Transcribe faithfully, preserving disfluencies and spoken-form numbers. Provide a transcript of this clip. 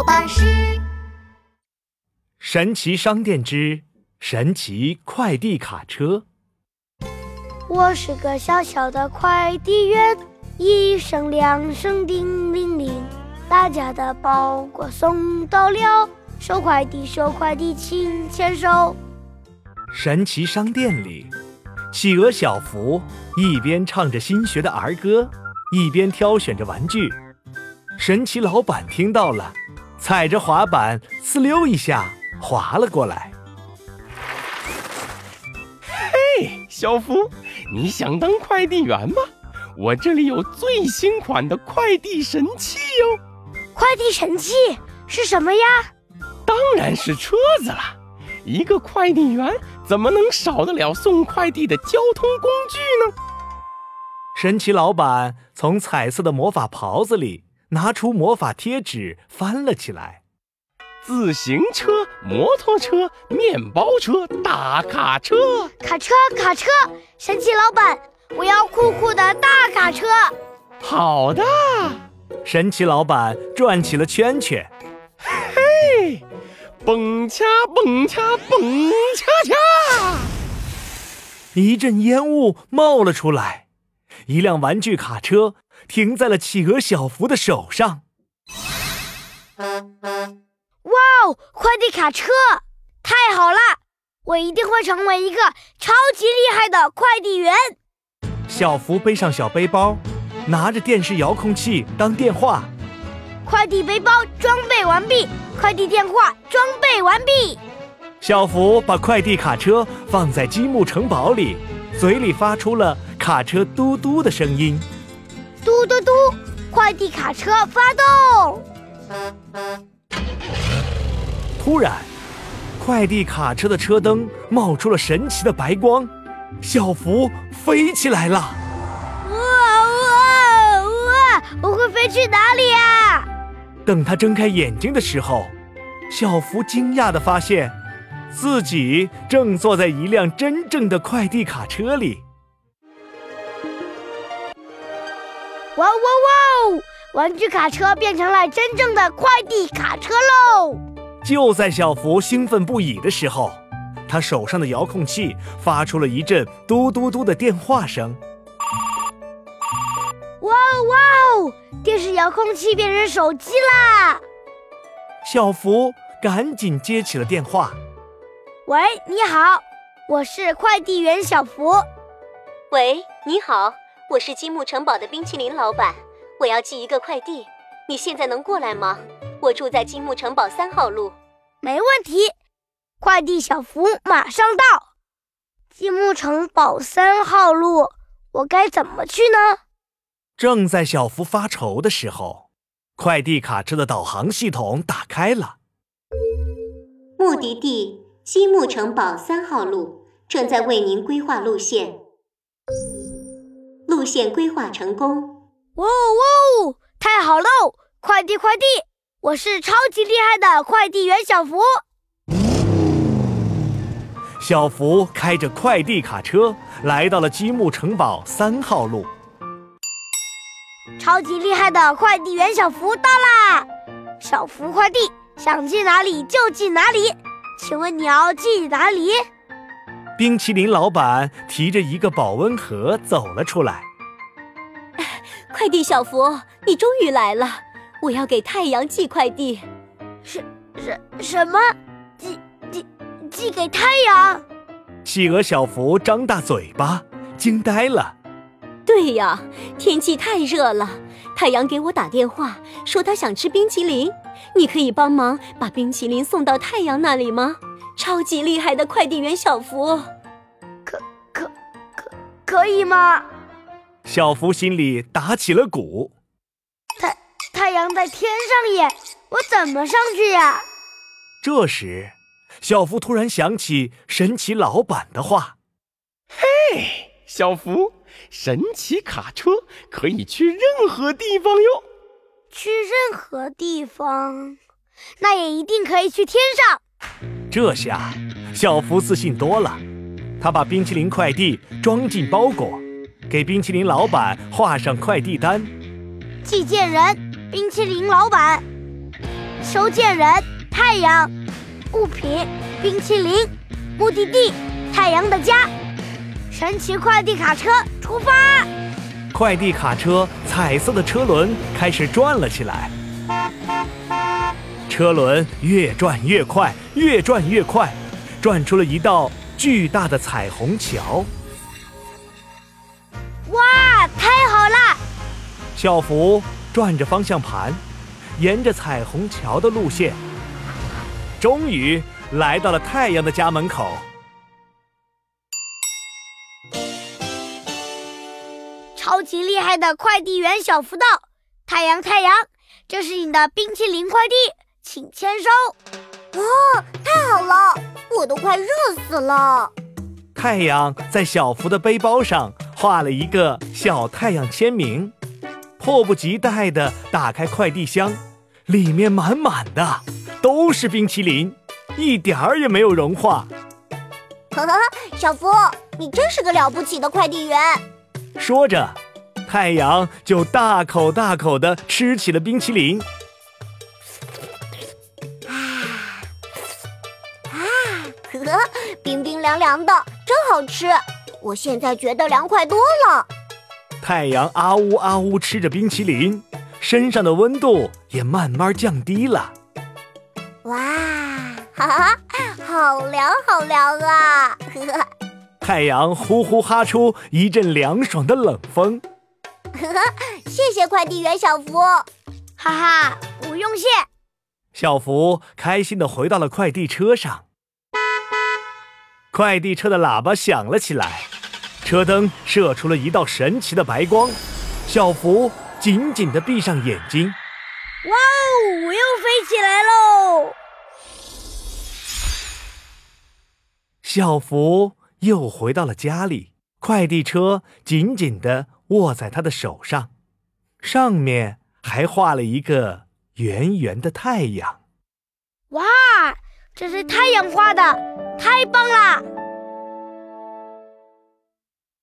巴士。 神奇商店之神奇快递卡车。 我是个小小的快递员，一声两声叮铃铃，大家的包裹送到了，收快递收快递请签收。 神奇商店里，企鹅小福一边唱着新学的儿歌，一边挑选着玩具。神奇老板听到了，踩着滑板呲溜一下滑了过来。 嘿，小福，你想当快递员吗？我这里有最新款的快递神器哟。 快递神器是什么呀？ 当然是车子啦！一个快递员怎么能少得了送快递的交通工具呢？ 神奇老板从彩色的魔法袍子里拿出魔法贴纸翻了起来。 自行车、摩托车、面包车、大卡车。 卡车卡车，神奇老板，我要酷酷的大卡车。 好的。 神奇老板转起了圈圈。 嘿，蹦恰蹦恰蹦恰恰， 一阵烟雾冒了出来，一辆玩具卡车停在了企鹅小福的手上。 哇哦，快递卡车，太好了！我一定会成为一个超级厉害的快递员。 小福背上小背包，拿着电视遥控器当电话。 快递背包装备完毕，快递电话装备完毕。 小福把快递卡车放在积木城堡里，嘴里发出了卡车嘟嘟的声音。 嘟嘟嘟，快递卡车发动。 突然，快递卡车的车灯冒出了神奇的白光，小福飞起来了。 哇哇哇！我会飞去哪里呀？ 等他睁开眼睛的时候，小福惊讶地发现自己正坐在一辆真正的快递卡车里。 哇哇哇！玩具卡车变成了真正的快递卡车喽！ 就在小福兴奋不已的时候，他手上的遥控器发出了一阵嘟嘟嘟的电话声。 哇哇！电视遥控器变成手机啦！ 小福赶紧接起了电话。 喂，你好，我是快递员小福。 喂，你好，我是积木城堡的冰淇淋老板，我要寄一个快递，你现在能过来吗？我住在积木城堡三号路。 没问题，快递小福马上到。积木城堡三号路，我该怎么去呢？ 正在小福发愁的时候，快递卡车的导航系统打开了。 目的地积木城堡三号路，正在为您规划路线。路线规划成功。 哇哦哇哦，太好喽！快递快递，我是超级厉害的快递员小福。 小福开着快递卡车来到了积木城堡三号路。 超级厉害的快递员小福到啦！小福快递想寄哪里就寄哪里，请问你要寄哪里？ 冰淇淋老板提着一个保温盒走了出来。 快递小福，你终于来了，我要给太阳寄快递。 什什什么？寄寄寄给太阳？ 企鹅小福张大嘴巴，惊呆了。 对呀，天气太热了，太阳给我打电话说他想吃冰淇淋，你可以帮忙把冰淇淋送到太阳那里吗？超级厉害的快递员小福。 可可可可以吗？ 小福心里打起了鼓。 太太阳在天上耶，我怎么上去呀？ 这时，小福突然想起神奇老板的话。 嘿，小福，神奇卡车可以去任何地方哟。 去任何地方，那也一定可以去天上。 这下，小福自信多了。他把冰淇淋快递装进包裹，给冰淇淋老板画上快递单。 寄件人：冰淇淋老板。 收件人太阳，物品冰淇淋，目的地太阳的家。神奇快递卡车出发！ 快递卡车彩色的车轮开始转了起来，车轮越转越快，越转越快，转出了一道巨大的彩虹桥。 哇，太好了！ 小福转着方向盘，沿着彩虹桥的路线，终于来到了太阳的家门口。 超级厉害的快递员小福到，太阳太阳，这是你的冰淇淋快递，请签收。 哦，太好了，我都快热死了。 太阳在小福的背包上画了一个小太阳签名，迫不及待地打开快递箱，里面满满的都是冰淇淋，一点儿也没有融化。 呵呵，小福，你真是个了不起的快递员。 说着，太阳就大口大口地吃起了冰淇淋。 啊啊，呵呵，冰冰凉凉的，真好吃。我现在觉得凉快多了。 太阳啊呜啊呜吃着冰淇淋，身上的温度也慢慢降低了。 哇，哈哈，好凉好凉啊！呵呵。 太阳呼呼哈出一阵凉爽的冷风。 呵呵，谢谢快递员小福。 哈哈，不用谢。 小福开心地回到了快递车上。快递车的喇叭响了起来，车灯射出了一道神奇的白光。小福紧紧地闭上眼睛。 哇哦，我又飞起来喽！ 小福又回到了家里，快递车紧紧地握在他的手上，上面还画了一个圆圆的太阳。 哇，这是太阳画的，太棒了！